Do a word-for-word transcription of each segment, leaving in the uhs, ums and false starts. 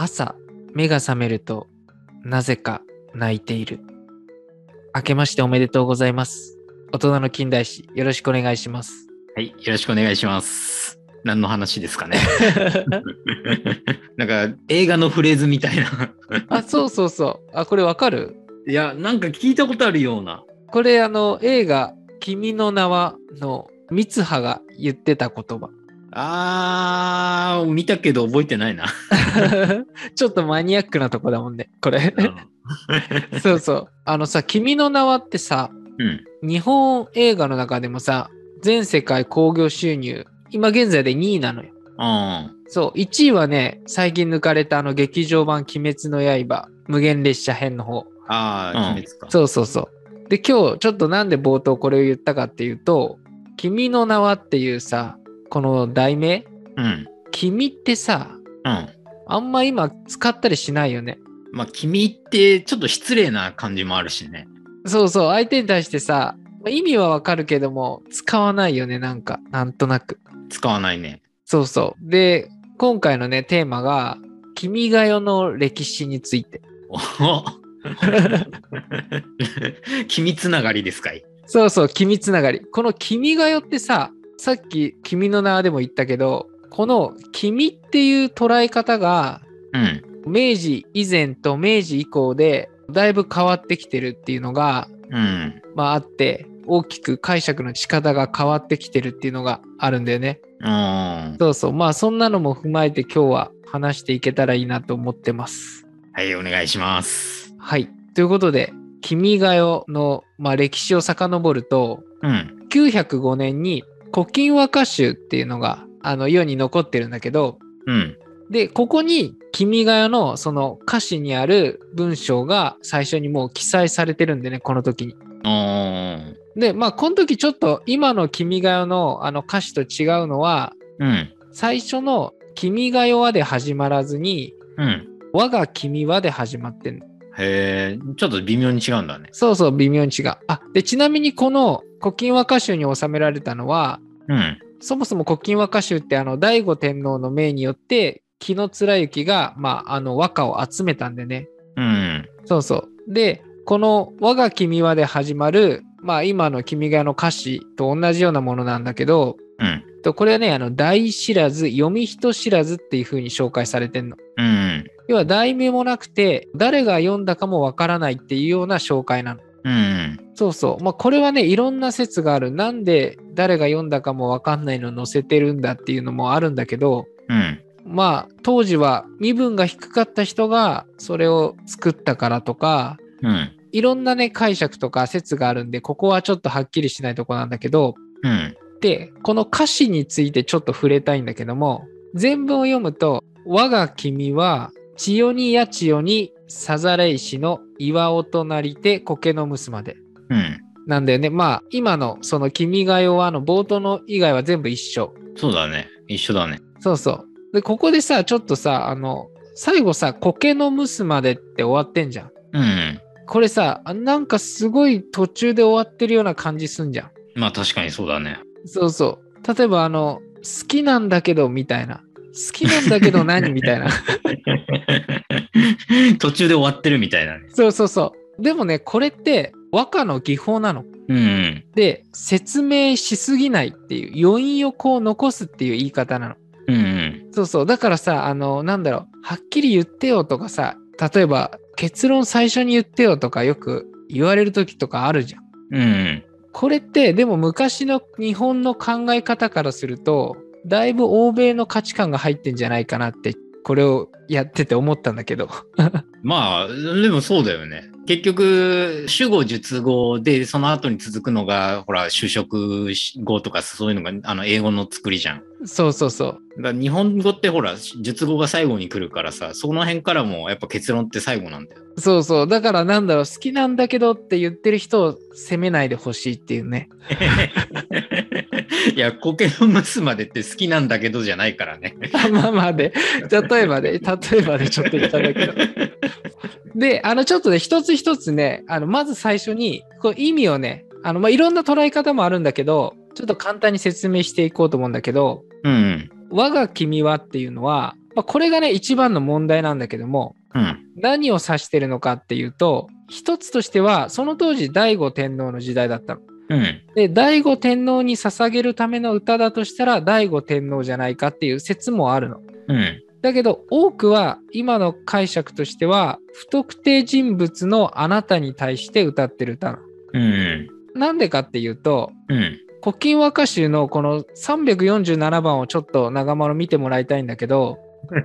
朝目が覚めるとなぜか泣いている。明けましておめでとうございます。大人の近代史、よろしくお願いします。 はい、よろしくお願いします。何の話ですかね。なんか映画のフレーズみたいな。 あ、そうそうそう。あ、これわかる？ いや、なんか聞いたことあるような。 これあの映画君の名はの三葉が言ってた言葉。 あー、見たけど覚えてないな。 ちょっとマニアックなとこだもんね、これ。そうそう。あのさ、君の名はってさ、 うん、 日本映画の中でもさ、全世界興行収入、今現在でにいなのよ。 あそう、いちいはね、最近抜かれたあの劇場版鬼滅の刃、無限列車編の方。 あー、 うん、 鬼滅か。 そうそうそう。で、今日ちょっとなんで冒頭これを言ったかっていうと、君の名はっていうさ、この題名、 うん。 君ってさ、 うん。 あんま今使ったりしないよね。 まあ、君ってちょっと失礼な感じもあるしね。 そうそう、相手に対してさ、意味はわかるけども、使わないよね、なんか、なんとなく。 使わないね。 そうそう。で、今回のね、テーマが、君が代の歴史について。 お君つながりですかい？ そうそう、君つながり。この君が代ってさ、さっき君の名でも言ったけど、この君っていう捉え方が、 うん。 明治以前と明治以降でだいぶ変わってきてるっていうのが、 うん。 まああって、大きく解釈の仕方が変わってきてるっていうのがあるんだよね。 うん。 そうそう。まあそんなのも踏まえて今日は話していけたらいいなと思ってます。 はい、お願いします。 はい。ということで、君が代の、まあ、歴史を遡ると、 うん。 きゅうひゃくごねんに古今和歌集っていうのがあの世に残ってるんだけど、 うん。 で、ここに君が代のその歌詞にある文章が最初にもう記載されてるんでね、この時に。 おー。 で、まあこの時ちょっと今の君が代のあの歌詞と違うのは、 うん。 最初の君が代はで始まらずに、 うん。 我が君はで始まってんの。 へえ、ちょっと微妙に違うんだね。 そうそう、微妙に違う。あ、で、ちなみにこの古今和歌集に収められたのは、 うん。 そもそも古今和歌集ってあの醍醐天皇の命によって紀貫之が、まあ、あの和歌を集めたんでね。 うん。 そうそう。で、この我が君はで始まる、まあ今の君が代の歌詞と同じようなものなんだけど、 うん。 とこれはね、あの大知らず、読み人知らずっていう風に紹介されてんの。 うん。 要は題名もなくて、誰が読んだかもわからないっていうような紹介なの。 うん。 そうそう。まあこれはね、いろんな説がある。なんで誰が読んだかもわかんないの載せてるんだっていうのもあるんだけど、 うん。 まあ当時は身分が低かった人がそれを作ったからとか、 うん。 いろんなね解釈とか説があるんで、ここはちょっとはっきりしないとこなんだけど、 うん。 で、この歌詞についてちょっと触れたいんだけども、全文を読むと、我が君は千代にや千代にさざれ石の岩尾となりて苔のむすまで。 うん。 なんだよね。まあ、今のその君が代はあの冒頭の以外は全部一緒。 そうだね。一緒だね。 そうそう。で、ここでさ、ちょっとさ、あの、最後さ、苔のむすまでって終わってんじゃん。 うん。 これさ、なんかすごい途中で終わってるような感じすんじゃん。 まあ確かにそうだね。 そうそう。例えばあの、好きなんだけどみたいな。好きなんだけど何みたいな。 途中で終わってるみたいなね。 そうそうそう。でもね、これって和歌の技法なの。 うん。 で、説明しすぎないっていう、余韻をこう残すっていう言い方なの。 うん。 そうそう。だからさ、あの、なんだろう、はっきり言ってよとかさ、例えば結論最初に言ってよとかよく言われる時とかあるじゃん。 うん。 これってでも昔の日本の考え方からするとだいぶ欧米の価値観が入ってんじゃないかなってこれをやってて思ったんだけど。 まあ、でもそうだよね。結局、主語、述語で、その後に続くのが、ほら、主食語とか、そういうのが、あの、英語の作りじゃん。 そうそうそう。 だから日本語ってほら、述語が最後に来るからさ、その辺からもやっぱ結論って最後なんだよ。 そうそう。だからなんだろう、好きなんだけどって言ってる人を責めないでほしいっていうね。 いや、苔のむすまでって好きなんだけどじゃないからね。 まあまあで、例えばで、例えばでちょっと言ったんだけど。で、あのちょっとね、一つ一つね、あのまず最初にこう意味をね、あのまあいろんな捉え方もあるんだけど、ちょっと簡単に説明していこうと思うんだけど、 うん。 我が君はっていうのは、 まあ、これがね、一番の問題なんだけども、 うん。 何を指してるのかっていうと、一つとしては、その当時、醍醐天皇の時代だったの。 うん。 で、醍醐天皇に捧げるための歌だとしたら、醍醐天皇じゃないかっていう説もあるの。 うん。 だけど、多くは、今の解釈としては、不特定人物のあなたに対して歌ってる歌なの。 うん。 なんでかっていうと、 うん。 古今和歌集のこのさんびゃくよんじゅうななばんをちょっと長丸見てもらいたいんだけど、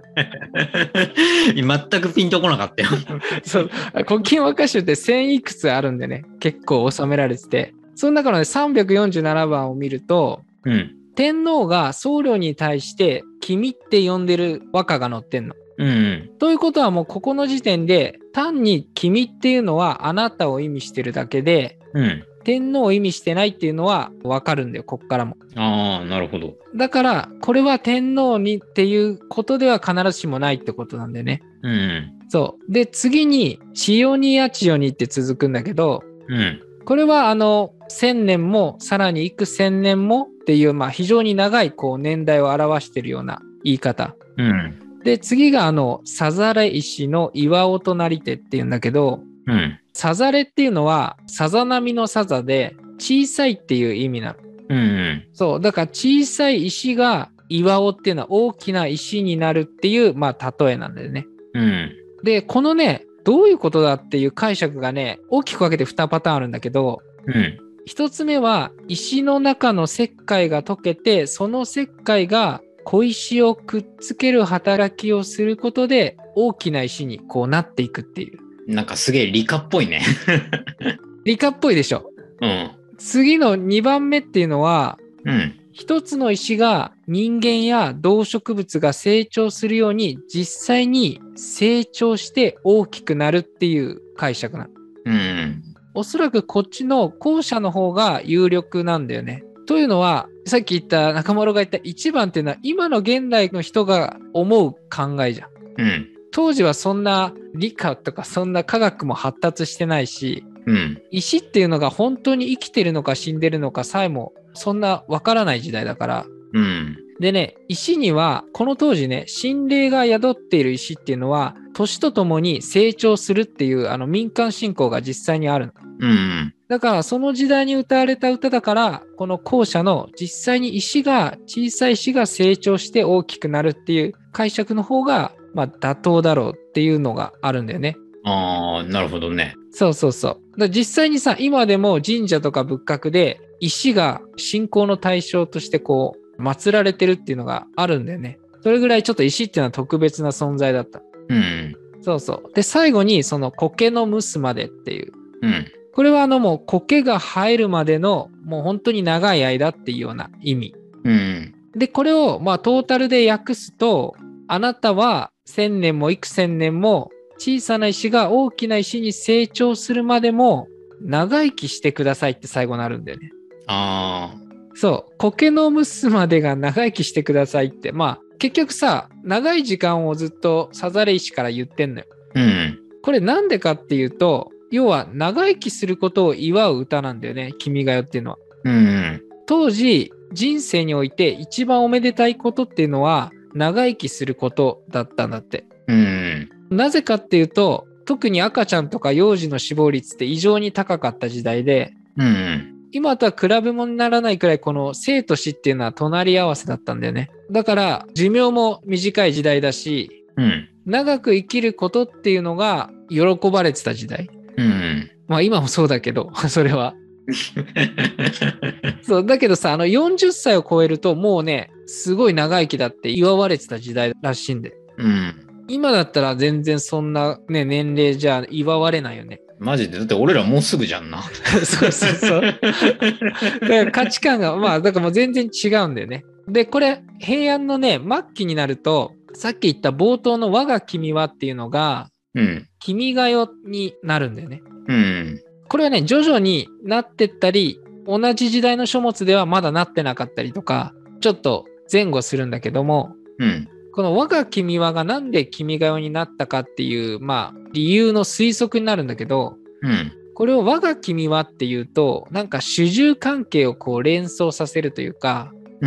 全くピンとこなかったよ。 そう古今和歌集ってせんいくつあるんでね、結構収められてて、その中の、ね、さんびゃくよんじゅうななばんを見ると、 うん。 天皇が僧侶に対して君って呼んでる和歌が載ってんの。 うん。 ということはもうここの時点で単に君っていうのはあなたを意味してるだけで、 うん。 天皇を意味してないっていうのは分かるんだよ、こっからも。 ああ、なるほど。 だからこれは天皇にっていうことでは必ずしもないってことなんだよね。 うん。 そうで、次に千代に八千代にって続くんだけど、 うん。 これはあの千年もさらに幾千年もっていう、まあ非常に長いこう年代を表しているような言い方うん。 で、次があのさざれ石の岩音なりてっていうんだけど、 うん。 さざれっていうのはさざ波のさざで小さいっていう意味なの。 うん。 そうだから小さい石が岩尾っていうのは大きな石になるっていうまあ例えなんだよね。 うん。 でこのねどういうことだっていう解釈がね大きく分けてにパターンあるんだけど、 うん。 一つ目は石の中の石灰が溶けてその石灰が小石をくっつける働きをすることで大きな石にこうなっていくっていう。 なんかすげえ理科っぽいね。 理科っぽいでしょ。 うん。 次のにばんめっていうのはうん。 一つの石が人間や動植物が成長するように実際に成長して大きくなるっていう解釈なの。 うん。 おそらくこっちの後者の方が有力なんだよね。というのはさっき言った中丸が言ったいちばんっていうのは今の現代の人が思う考えじゃん。 うん。 当時はそんな理科とかそんな科学も発達してないし、 うん。 石っていうのが本当に生きてるのか死んでるのかさえもそんなわからない時代だから。 うん。 でね、石にはこの当時ね、神霊が宿っている石っていうのは年とともに成長するっていうあの民間信仰が実際にあるの。 うん。 だからその時代に歌われた歌だからこの後者の実際に石が小さい石が成長して大きくなるっていう解釈の方がまあ妥当だろうっていうのがあるんだよね。 ああ、なるほどね。 そうそうそう。だから実際にさ、今でも神社とか仏閣で石が信仰の対象としてこう祀られてるっていうのがあるんだよね。それぐらいちょっと石っていうのは特別な存在だった。 うん。 そうそう。で、最後にその苔の蒸すまでっていう。 うん。 これはあのもう苔が生えるまでのもう本当に長い間っていうような意味。 うん。 で、これをまあトータルで訳すと、あなたは千年も幾千年も小さな石が大きな石に成長するまでも長生きしてくださいって最後になるんだよね。 ああ。 そう。苔の蒸すまでが長生きしてくださいって。まあ結局さ、長い時間をずっとさざれ石から言ってんのよ。 うん。 これなんでかっていうと、要は長生きすることを祝う歌なんだよね。君が代っていうのは。 うん。 当時人生において一番おめでたいことっていうのは長生きすることだったんだって。 うん。 なぜかっていうと、特に赤ちゃんとか幼児の死亡率って異常に高かった時代で、 うん。 今とは比べ物にならないくらいこの生と死っていうのは隣り合わせだったんだよね。だから寿命も短い時代だし、 うん。 長く生きることっていうのが喜ばれてた時代。 うん。 まあ今もそうだけど、それは。そう、だけどさ、あのよんじゅっさいを超えるともうね、すごい長生きだって祝われてた時代らしいんで。 うん。 今だったら全然そんなね、年齢じゃ祝われないよね。 マジでだって俺らもうすぐじゃんな。 そうそうそう。だから価値観が、まあ、だからもう全然違うんだよね。で、これ、平安のね、末期になると、さっき言った冒頭の我が君はっていうのが、 うん。 君が代になるんだよね。 うん。 これはね、徐々になってったり、同じ時代の書物ではまだなってなかったりとか、ちょっと前後するんだけども、 うん。 この我が君はがなんで君が代になったかっていう、まあ、理由の推測になるんだけど、 うん。 これを我が君はっていうと、なんか主従関係をこう連想させるというか、 うん。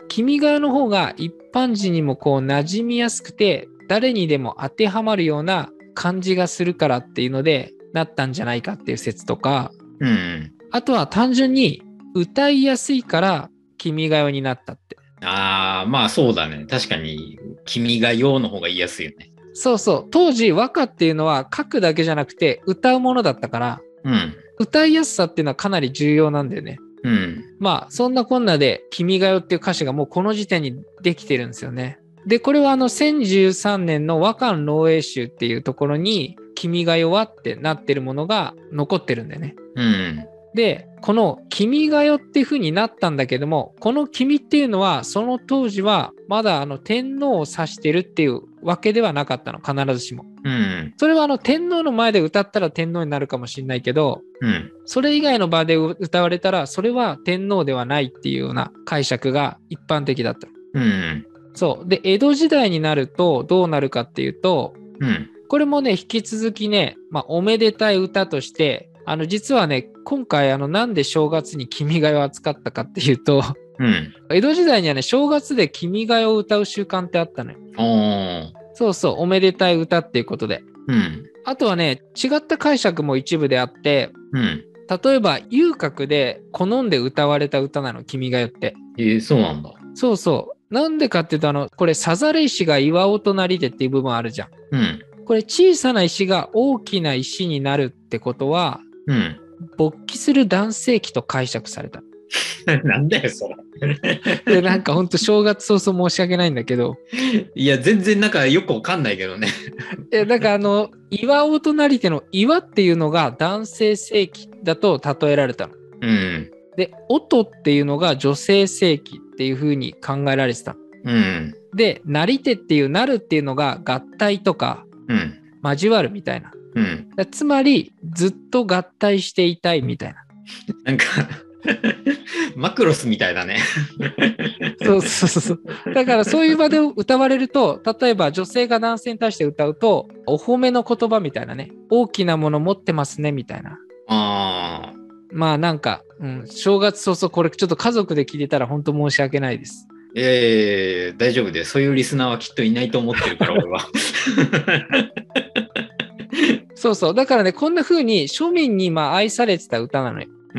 君が代の方が一般人にもこう馴染みやすくて、誰にでも当てはまるような感じがするからっていうのでなったんじゃないかっていう説とか、 うん。 あとは単純に歌いやすいから君が代になったって。 ああ、まあそうだね。確かに、君が代の方が言いやすいよね。 そうそう。当時和歌っていうのは書くだけじゃなくて歌うものだったから、 うん。 歌いやすさっていうのはかなり重要なんだよね。 うん。 まあそんなこんなで君が代っていう歌詞がもうこの時点にできてるんですよね。で、これはあのせんじゅうさんねんの和漢漏洩集っていうところに君が代はってなってるものが残ってるんだよね。 うん。 で、この君が代っていう風になったんだけども、この君っていうのはその当時はまだあの天皇を指してるっていうわけではなかったの、必ずしも。 うん。 それはあの天皇の前で歌ったら天皇になるかもしれないけど、 うん。 それ以外の場で歌われたらそれは天皇ではないっていうような解釈が一般的だった。 うん。 そう。で、江戸時代になるとどうなるかっていうと、 うん。 これもね、引き続きね、まあ、おめでたい歌として、あの、実はね、今回、あの、なんで正月に君が代を扱ったかっていうと、 うん。 江戸時代にはね、正月で君が代を歌う習慣ってあったのよ。 おー。 そうそう、おめでたい歌っていうことで。 うん。 あとはね、違った解釈も一部であって、 うん。 例えば、遊郭で好んで歌われた歌なの、君が代って。 えー、そうなんだ。 そうそう。なんでかっていうと、あの、これ、さざれ石が岩尾となりでっていう部分あるじゃん。 うん。 これ、小さな石が大きな石になるってことは、 うん。 勃起する男性器と解釈された。 なんだよ、それ。 で、なんかほんと正月早々申し訳ないんだけど、 いや、全然なんかよくわかんないけどね。 え、だからあの、岩尾となり手の岩っていうのが男性性器だと例えられたの。 うん。 で、音っていうのが女性性器っていう風に考えられてた。 うん。 で、なり手っていうなるっていうのが合体とかうん。 交わるみたいな。 うん。 だつまり、ずっと合体していたいみたいな。 なんかマクロスみたいだね。 そうそうそう。だからそういう場で歌われると、例えば女性が男性に対して歌うと、お褒めの言葉みたいなね、大きなもの持ってますねみたいな。 ああ。 まあなんか、うん、正月早々これちょっと家族で聞いてたら本当申し訳ないです。 ええ、大丈夫で、そういうリスナーはきっといないと思ってるから、俺は。 そうそう。だからね、こんな風に庶民にまあ愛されてた歌なのよ。 うん。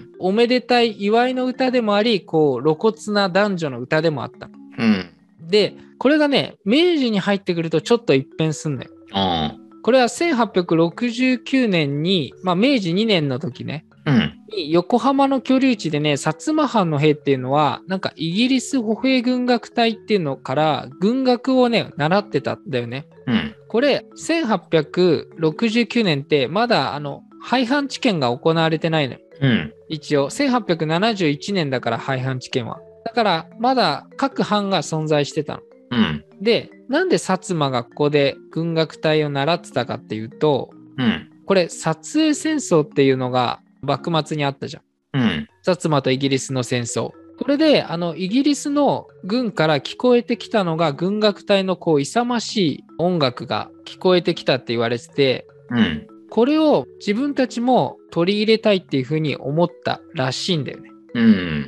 おめでたい祝いの歌でもあり、こう露骨な男女の歌でもあった。 うん。 で、これがね、明治に入ってくるとちょっと一変すんのよ。 ああ。 これはせんはっぴゃくろくじゅうきゅうねんに、まあ明治にねんの時ね、 うん。 横浜の居留地でね、薩摩藩の兵っていうのは、なんかイギリス歩兵軍楽隊っていうのから軍楽をね、習ってたんだよね。 うん。 これ、せんはっぴゃくろくじゅうきゅうねんってまだあの、廃藩置県が行われてないのよ。 うん。 一応、せんはっぴゃくななじゅういちねんだから廃藩置県は。だから、まだ各藩が存在してたの。 うん。 で、なんで薩摩がここで軍楽隊を習ってたかっていうと、 うん。 これ、薩英戦争っていうのが幕末にあったじゃん。 うん。 薩摩とイギリスの戦争。これで、あの、イギリスの軍から聞こえてきたのが、軍楽隊のこう、勇ましい音楽が聞こえてきたって言われてて、 うん。 これを自分たちも取り入れたいっていうふうに思ったらしいんだよね。 うん。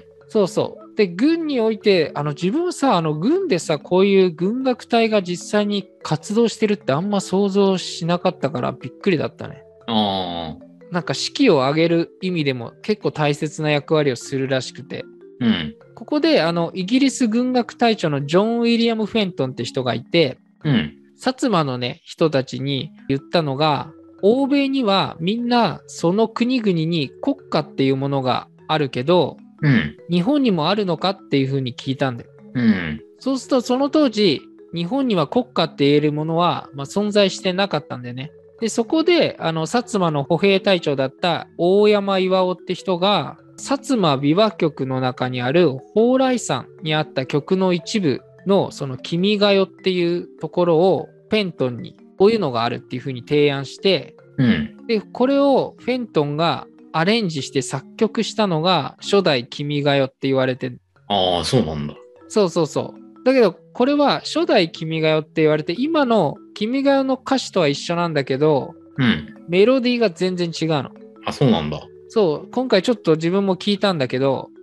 そうそう。で、軍において、あの、自分さ、あの、軍でさ、こういう軍楽隊が実際に活動してるってあんま想像しなかったからびっくりだったね。 ああ。 なんか士気を上げる意味でも結構大切な役割をするらしくて。 うん。 ここで、あの、イギリス軍楽隊長のジョン・ウィリアム・フェントンって人がいて、 うん。 薩摩のね、人たちに言ったのが、欧米にはみんなその国々に国家っていうものがあるけど、 うん。 日本にもあるのかっていうふうに聞いたんだよ。 うん。 そうするとその当時、日本には国家って言えるものは、まあ、存在してなかったんだよね。で、そこで、あの、薩摩の歩兵隊長だった大山巌って人が、薩摩琵琶曲の中にある蓬莱山にあった曲の一部の、その君が代っていうところをペントンにこういうのがあるっていうふうに提案して、 うん。 で、これをフェントンがアレンジして作曲したのが初代君が代って言われて、 ああ、そうなんだ。 そうそうそう。だけど、これは初代君が代って言われて、今の君が代の歌詞とは一緒なんだけど、 うん。 メロディーが全然違うの。 あ、そうなんだ。 そう、今回ちょっと自分も聞いたんだけど、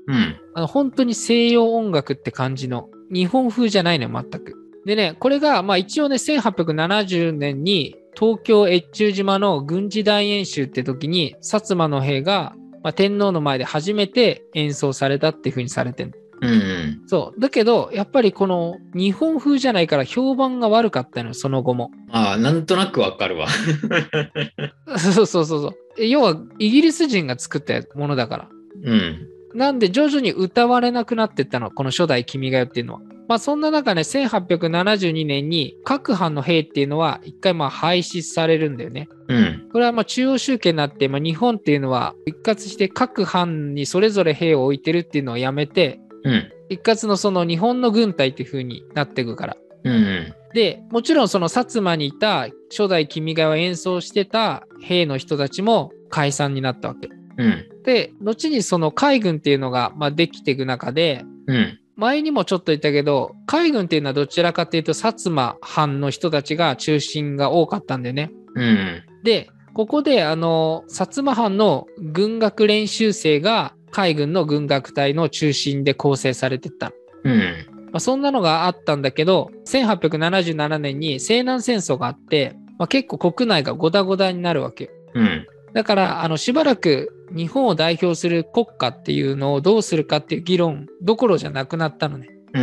うん。 あの本当に西洋音楽って感じの、日本風じゃないのよ、全く。でね、これが、まあ一応ね、せんはっぴゃくななじゅうねんに東京越中島の軍事大演習って時に、薩摩の兵が、まあ、天皇の前で初めて演奏されたっていう風にされてる。 うんうん。 そう。だけど、やっぱりこの日本風じゃないから評判が悪かったのよ、その後も。 ああ、なんとなくわかるわ。 そうそうそうそう。要は、イギリス人が作ったものだから。 うん。 なんで徐々に歌われなくなっていったの、この初代君が代っていうのは。まあそんな中ね、せんはっぴゃくななじゅうにねんに各藩の兵っていうのは一回まあ廃止されるんだよね。 うん。 これはまあ中央集権になって、まあ、日本っていうのは一括して各藩にそれぞれ兵を置いてるっていうのをやめて、 うん。 一括のその日本の軍隊っていう風になっていくから。 うん。 で、もちろんその薩摩にいた初代君が代を演奏してた兵の人たちも解散になったわけ。 うん。 で、後にその海軍っていうのがまあできていく中で、 うん。 前にもちょっと言ったけど、海軍っていうのはどちらかというと薩摩藩の人たちが中心が多かったんだよね。 うん。 で、ここであの薩摩藩の軍楽練習生が海軍の軍楽隊の中心で構成されてったの。 うん。 まあ、そんなのがあったんだけど、せんはっぴゃくななじゅうななねんに西南戦争があって、まあ、結構国内がゴタゴタになるわけよ。 うん。 だからあのしばらく日本を代表する国家っていうのをどうするかっていう議論どころじゃなくなったのね。 うん。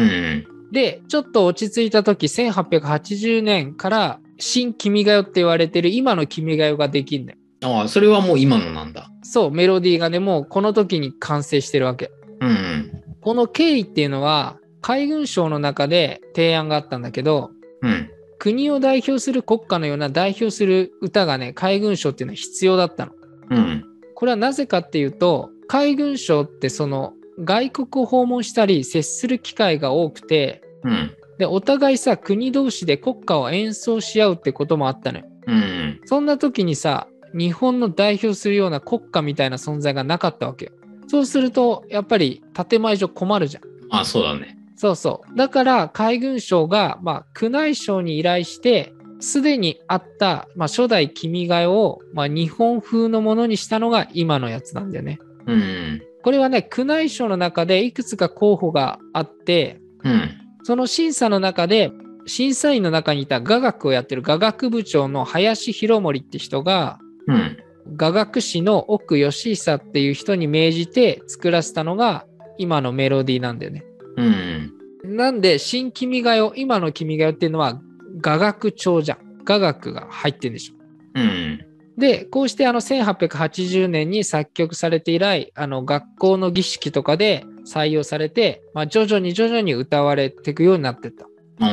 で、ちょっと落ち着いた時、せんはっぴゃくはちじゅうねんから新君が代って言われてる今の君が代ができんねん。 ああ、それはもう今のなんだ。 そう、メロディーがね、もうこの時に完成してるわけ。 うん。 この経緯っていうのは海軍省の中で提案があったんだけど、 うん。 国を代表する国家のような代表する歌がね、海軍省っていうのは必要だったの。 うん。 これはなぜかっていうと、海軍省ってその外国を訪問したり接する機会が多くて、 うん。 で、お互いさ、国同士で国歌を演奏し合うってこともあったのよ。 うん。 そんな時にさ、日本の代表するような国歌みたいな存在がなかったわけよ。そうすると、やっぱり建前上困るじゃん。 あ、そうだね。 そうそう。だから海軍省が、まあ、宮内省に依頼して、すでにあった、まあ、初代君が代を、まあ、日本風のものにしたのが今のやつなんだよね。 うん。 これはね、宮内省の中でいくつか候補があって、 うん。 その審査の中で、審査員の中にいた雅楽をやってる雅楽部長の林博盛って人が、 うん。 雅楽師の奥義久っていう人に命じて作らせたのが今のメロディーなんだよね。 うん。 なんで、新君が代、今の君が代っていうのは雅楽調じゃん。雅楽が入ってるんでしょ。 うん。 で、こうしてあのせんはっぴゃくはちじゅうねんに作曲されて以来、あの学校の儀式とかで採用されて、まあ、徐々に徐々に歌われていくようになってった。 うん。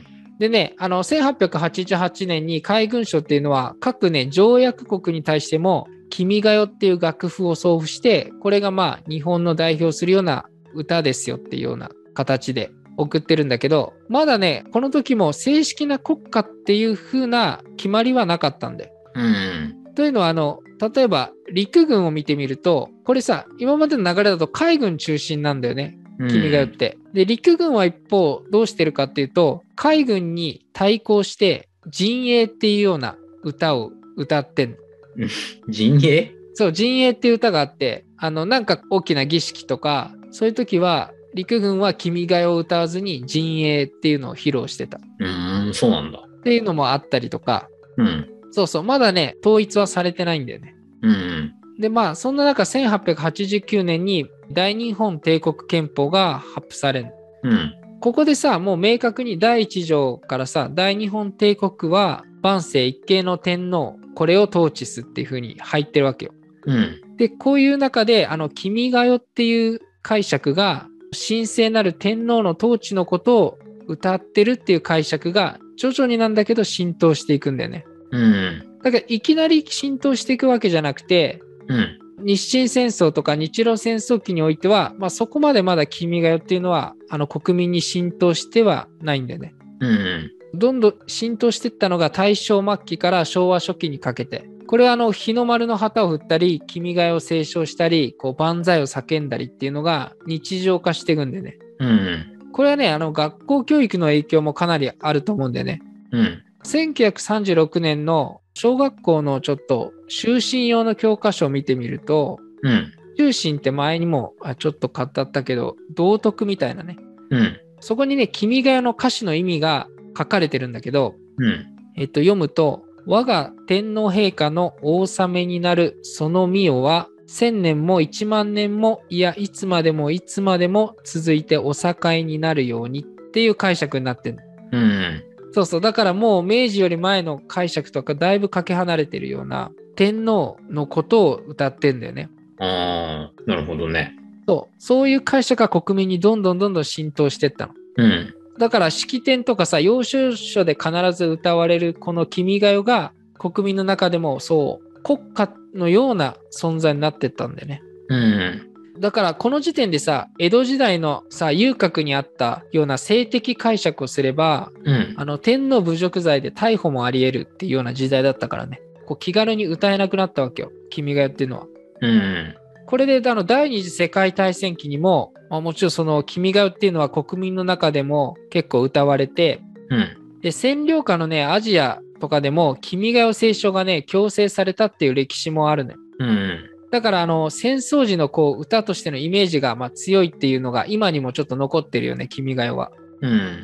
でね、あのせんはっぴゃくはちじゅうはちねんに海軍省っていうのは各ね、条約国に対しても、君が代っていう楽譜を送付して、これがまあ日本の代表するような歌ですよっていうような形で送ってるんだけど、まだね、この時も正式な国家っていう風な決まりはなかったんだよ。 うん。 というのは、あの、例えば陸軍を見てみると、これさ、今までの流れだと海軍中心なんだよね。君が代って。で、陸軍は一方どうしてるかっていうと、海軍に対抗して陣営っていうような歌を歌ってんの。 陣営？ そう、陣営っていう歌があって、あの、なんか大きな儀式とか、そういう時は、陸軍は君が代を歌わずに陣営っていうのを披露してた。 うーん、そうなんだ。 っていうのもあったりとか、 うん。 そうそう、まだね、統一はされてないんだよね。 うん。 で、まあ、そんな中、せんはっぴゃくはちじゅうきゅうねんに大日本帝国憲法が発布される。 うん。 ここでさ、もう明確にだいいち条からさ、大日本帝国は万世一系の天皇、これを統治すっていう風に入ってるわけよ。 うん。 で、こういう中で、あの、君が代っていう解釈が、神聖なる天皇の統治のことを歌ってるっていう解釈が、徐々になんだけど浸透していくんだよね。 うん。 だからいきなり浸透していくわけじゃなくて、 うん。 日清戦争とか日露戦争期においては、まあ、そこまでまだ君が代っていうのはあの国民に浸透してはないんだよね。 うん。 どんどん浸透していったのが大正末期から昭和初期にかけて、これはあの日の丸の旗を振ったり、君が代を斉唱したり、こう万歳を叫んだりっていうのが日常化していくんでね。 うん。 これはね、あの学校教育の影響もかなりあると思うんだよね。 うん。 せんきゅうひゃくさんじゅうろくねんの小学校のちょっと就寝用の教科書を見てみると、 うん。 中心って前にもあちょっと語ったけど、道徳みたいなね。 うん。 そこにね、君が代の歌詞の意味が書かれてるんだけど、 うん。 えっと、読むと、我が天皇陛下のお納めになるその御代は、千年も一万年も、いや、いつまでもいつまでも続いてお栄になるようにっていう解釈になってる。 うん。 そうそう。だからもう明治より前の解釈とかだいぶかけ離れてるような天皇のことを歌ってんだよね。 ああ、なるほどね。 そう。そういう解釈が国民にどんどんどんどん浸透していったの。 うん。 だから式典とかさ、要所書で必ず歌われるこの君が代が国民の中でもそう国家のような存在になってったんだよね。 うん。 だからこの時点でさ、江戸時代のさ、遊郭にあったような性的解釈をすれば、 うん。 あの天皇侮辱罪で逮捕もあり得るっていうような時代だったからね。こう気軽に歌えなくなったわけよ。君が代っていうのは。 うん。 これであの第二次世界大戦期にも、まあ、もちろんその君が代っていうのは国民の中でも結構歌われて、 うん。 で占領下のねアジアとかでも君が代斉唱がね強制されたっていう歴史もあるのよ。 うん。 だからあの戦争時のこう歌としてのイメージがまあ強いっていうのが今にもちょっと残ってるよね、君が代は。 うん。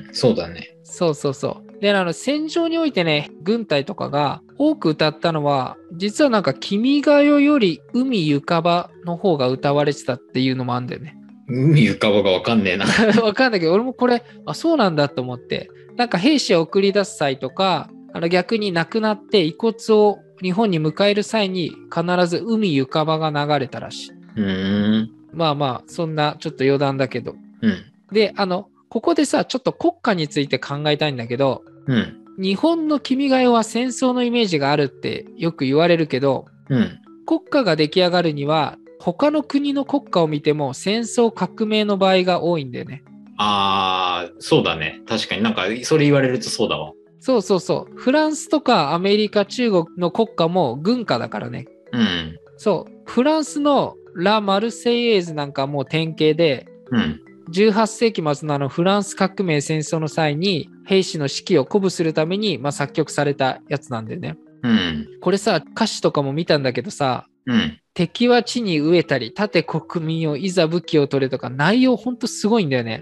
そうだね。 そうそうそう。で、あの戦場においてね、軍隊とかが多く歌ったのは、実はなんか君が代より海ゆかばの方が歌われてたっていうのもあるんだよね。 海浮かばがわかんねえな。 わかんないけど、俺もこれ、あ、そうなんだと思って、なんか兵士を送り出す際とか、あの逆に亡くなって遺骨を日本に迎える際に必ず海ゆかばが流れたらしい。 うーん。 まあまあ、そんなちょっと余談だけど。 うん。 で、あの、ここでさ、ちょっと国家について考えたいんだけど、 うん。 日本の君が代は戦争のイメージがあるってよく言われるけど、 うん。 国家が出来上がるには、他の国の国家を見ても戦争革命の場合が多いんだよね。 ああ、そうだね。確かになんか、それ言われるとそうだわ。 そうそうそう。フランスとかアメリカ、中国の国家も軍歌だからね。 うん。 そう。フランスのラ・マルセイエーズなんかもう典型で、 うん。 じゅうはっせいき末のあのフランス革命戦争の際に兵士の士気を鼓舞するために、まあ、作曲されたやつなんだよね。 うん。 これさ、歌詞とかも見たんだけどさ、 うん。 敵は地に飢えたり、立て国民をいざ武器を取れとか、内容ほんとすごいんだよね。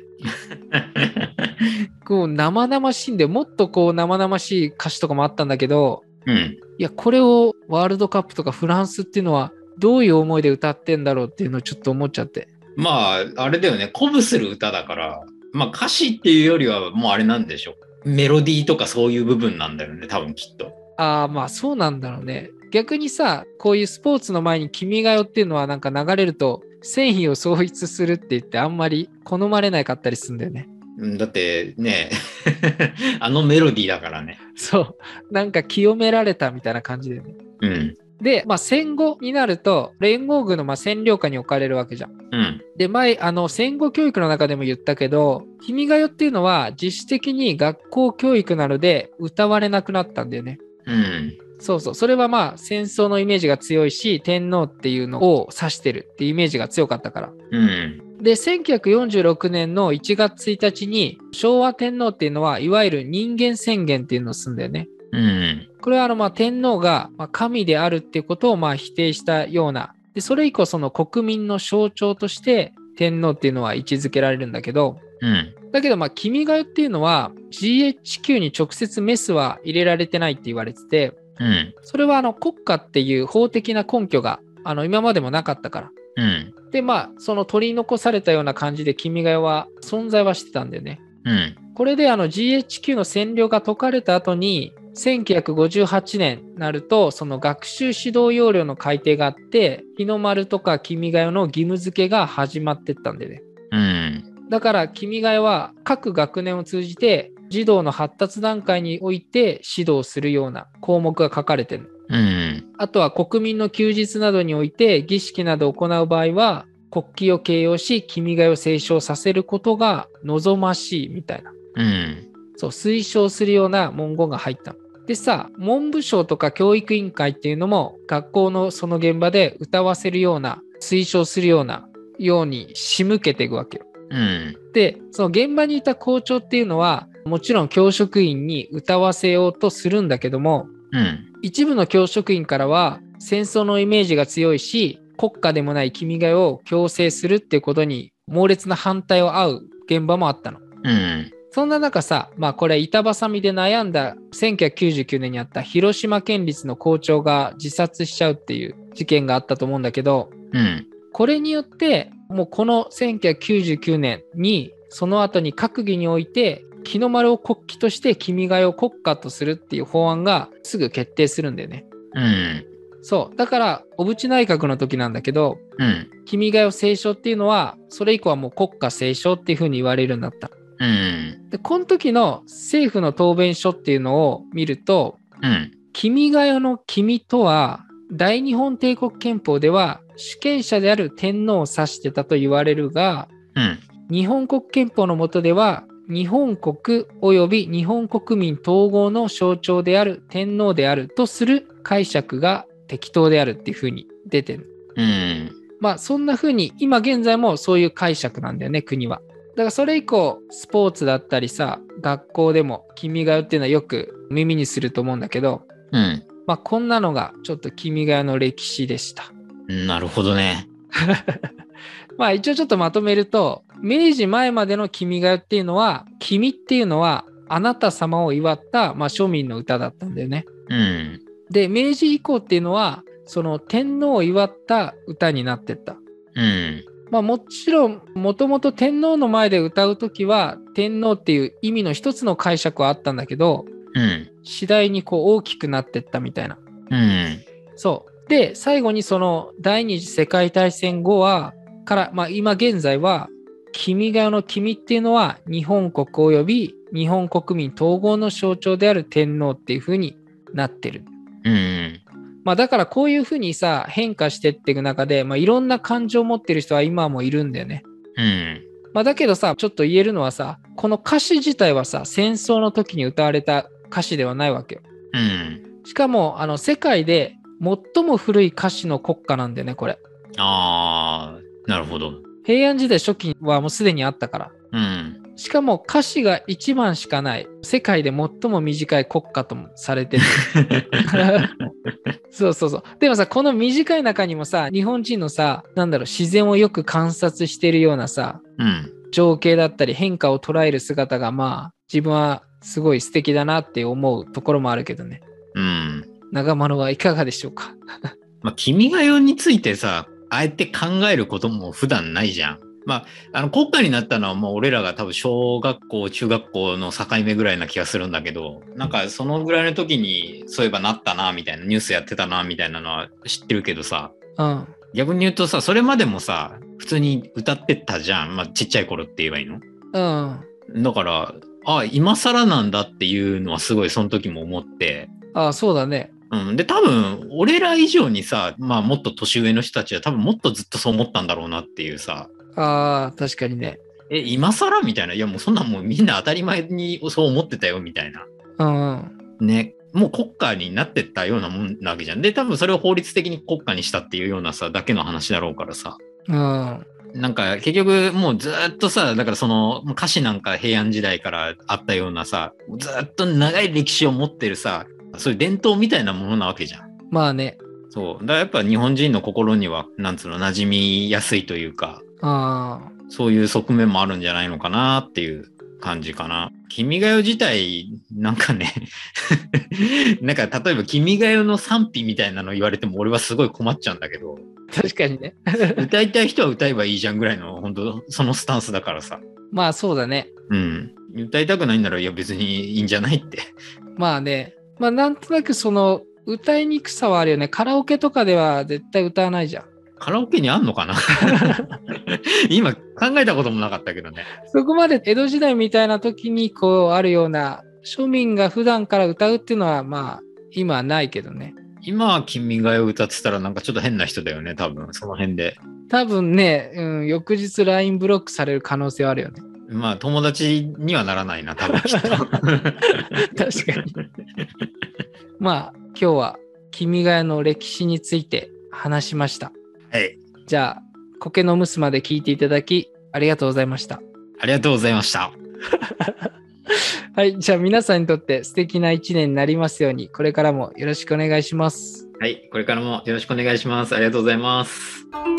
こう生々しいんで、もっとこう生々しい歌詞とかもあったんだけど、 うん。 いや、これをワールドカップとかフランスっていうのは、どういう思いで歌ってんだろうっていうのをちょっと思っちゃって。 まあ、あれだよね。鼓舞する歌だから、まあ歌詞っていうよりはもうあれなんでしょう。メロディーとかそういう部分なんだよね。多分きっと。 ああ、まあそうなんだろうね。逆にさ、こういうスポーツの前に君が代っていうのはなんか流れると、戦意を喪失するって言ってあんまり好まれなかったりするんだよね。 うんだってね、あのメロディーだからね。 そう。なんか清められたみたいな感じでね。 うん。 で、まあ戦後になると、連合軍のまあ占領下に置かれるわけじゃん。 うん。 で、前、あの、戦後教育の中でも言ったけど、君が代っていうのは自主的に学校教育などで歌われなくなったんだよね。 うん。 そうそう。それはまあ戦争のイメージが強いし、天皇っていうのを指してるっていうイメージが強かったから。 うん。 で、せんきゅうひゃくよんじゅうろくねんのいちがつついたちに、昭和天皇っていうのは、いわゆる人間宣言っていうのをするんだよね。 うん。 これはあのまあ天皇がまあ神であるっていうことをまあ否定したような。で、それ以降その国民の象徴として天皇っていうのは位置づけられるんだけど、 うん。 だけどまあ君が代っていうのは ジーエイチキュー に直接メスは入れられてないって言われてて、 うん。 それはあの国家っていう法的な根拠があの今までもなかったから。 うん。 でまあその取り残されたような感じで君が代は存在はしてたんだよね。 うん。 これであの ジーエイチキュー の占領が解かれた後にせんきゅうひゃくごじゅうはちねんになるとその学習指導要領の改定があって日の丸とか君が代の義務付けが始まってったんでね。 うん。 だから君が代は各学年を通じて児童の発達段階において指導するような項目が書かれてる。 うん。 あとは国民の休日などにおいて儀式などを行う場合は国旗を掲揚し君が代を斉唱させることが望ましいみたいな、 うん。 そう推奨するような文言が入ったの。でさ、文部省とか教育委員会っていうのも学校のその現場で歌わせるような推奨するようなように仕向けていくわけよ。 うん。 で、その現場にいた校長っていうのはもちろん教職員に歌わせようとするんだけども、 うん。 一部の教職員からは戦争のイメージが強いし国家でもない君が代を強制するっていうことに猛烈な反対を合う現場もあったの。 うん。 そんな中さ、まあこれ板挟みで悩んだせんきゅうひゃくきゅうじゅうきゅうねんにあった広島県立の校長が自殺しちゃうっていう事件があったと思うんだけど、 うん。 これによってもうこのせんきゅうひゃくきゅうじゅうきゅうねんにその後に閣議において日の丸を国旗として君が代を国家とするっていう法案がすぐ決定するんだよね。 うん。 そうだから小渕内閣の時なんだけど、 うん。 君が代を斉唱っていうのはそれ以降はもう国家斉唱っていう風に言われるようになった。 うん。 でこの時の政府の答弁書っていうのを見ると、 うん。 君が代の君とは大日本帝国憲法では主権者である天皇を指してたと言われるが、 うん。 日本国憲法の下では日本国及び日本国民統合の象徴である天皇であるとする解釈が適当であるっていう風に出てる。 うん。 まあそんな風に今現在もそういう解釈なんだよね、国は。だからそれ以降スポーツだったりさ、学校でも君が代っていうのはよく耳にすると思うんだけど、 うん。 まあこんなのがちょっと君が代の歴史でした。 なるほどね。 まあ一応ちょっとまとめると、明治前までの君が代っていうのは、君っていうのはあなた様を祝った、まあ、庶民の歌だったんだよね。 うん。 で、明治以降っていうのは、その天皇を祝った歌になってった。 うん。 まあもちろん、もともと天皇の前で歌うときは、天皇っていう意味の一つの解釈はあったんだけど、 うん。 次第にこう大きくなってったみたいな。 うん。 そう。で、最後にその第二次世界大戦後は、から、まあ今現在は、君が代の君っていうのは日本国及び日本国民統合の象徴である天皇っていう風になってる。 うん。 まあだからこういう風にさ、変化してっていく中で、まあいろんな感情を持ってる人は今もいるんだよね。 うん。 まあだけどさ、ちょっと言えるのはさ、この歌詞自体はさ、戦争の時に歌われた歌詞ではないわけよ。 うん。 しかも、あの、世界で最も古い歌詞の国歌なんだよね、これ。 ああ、なるほど。 平安時代初期はもうすでにあったから。 うん。 しかも歌詞がいちばんしかない、世界で最も短い国歌ともされてる。そうそうそう。でもさ、この短い中にもさ、日本人のさ、なんだろう、自然をよく観察してるようなさ、 うん。 情景だったり変化を捉える姿が、まあ、自分はすごい素敵だなって思うところもあるけどね。 うん。 長丸はいかがでしょうか。 まあ、君が代についてさ、あえて考えることも普段ないじゃん。まあ、あの国家になったのはもう俺らが多分小学校、中学校の境目ぐらいな気がするんだけど、なんかそのぐらいの時にそういえばなったな、みたいな、ニュースやってたな、みたいなのは知ってるけどさ、 うん。 逆に言うとさ、それまでもさ、普通に歌ってたじゃん。まあ、ちっちゃい頃って言えばいいの？ うん。 だから、あ、今更なんだっていうのはすごいその時も思って、 ああ、そうだね。 うん。で、多分、俺ら以上にさ、まあ、もっと年上の人たちは多分もっとずっとそう思ったんだろうなっていうさ、 ああ、確かにね。 え、今更みたいな。いや、もうそんなんもうみんな当たり前にそう思ってたよ、みたいな。 うん。 ね。もう国家になってったようなもんなわけじゃん。で、多分それを法律的に国家にしたっていうようなさ、だけの話だろうからさ。 うん。 なんか結局もうずっとさ、だからその歌詞なんか平安時代からあったようなさ、ずっと長い歴史を持ってるさ、そういう伝統みたいなものなわけじゃん。 まあね。 そう。だからやっぱ日本人の心には、なんつうの、馴染みやすいというか、 ああ。 そういう側面もあるんじゃないのかなっていう感じかな。君が代自体、なんかね、なんか例えば君が代の賛否みたいなの言われても俺はすごい困っちゃうんだけど、 確かにね。 歌いたい人は歌えばいいじゃんぐらいの、本当そのスタンスだからさ。 まあそうだね。 うん。歌いたくないんなら、いや別にいいんじゃないって。 まあね。まあなんとなくその歌いにくさはあるよね。カラオケとかでは絶対歌わないじゃん。 カラオケにあんのかな今考えたこともなかったけどね。 そこまで江戸時代みたいな時にこうあるような庶民が普段から歌うっていうのはまあ今はないけどね。 今は君が代を歌ってたらなんかちょっと変な人だよね、多分その辺で。 多分ね、うん、翌日 ライン ブロックされる可能性はあるよね。 まあ友達にはならないな、多分きっと。確かに。まあ今日は君が代の歴史について話しました。 はい。 じゃあ苔のむすまで聞いていただきありがとうございました。 ありがとうございました。 はい、じゃあ皆さんにとって素敵な一年になりますように、これからもよろしくお願いします。 はい、これからもよろしくお願いします。ありがとうございます。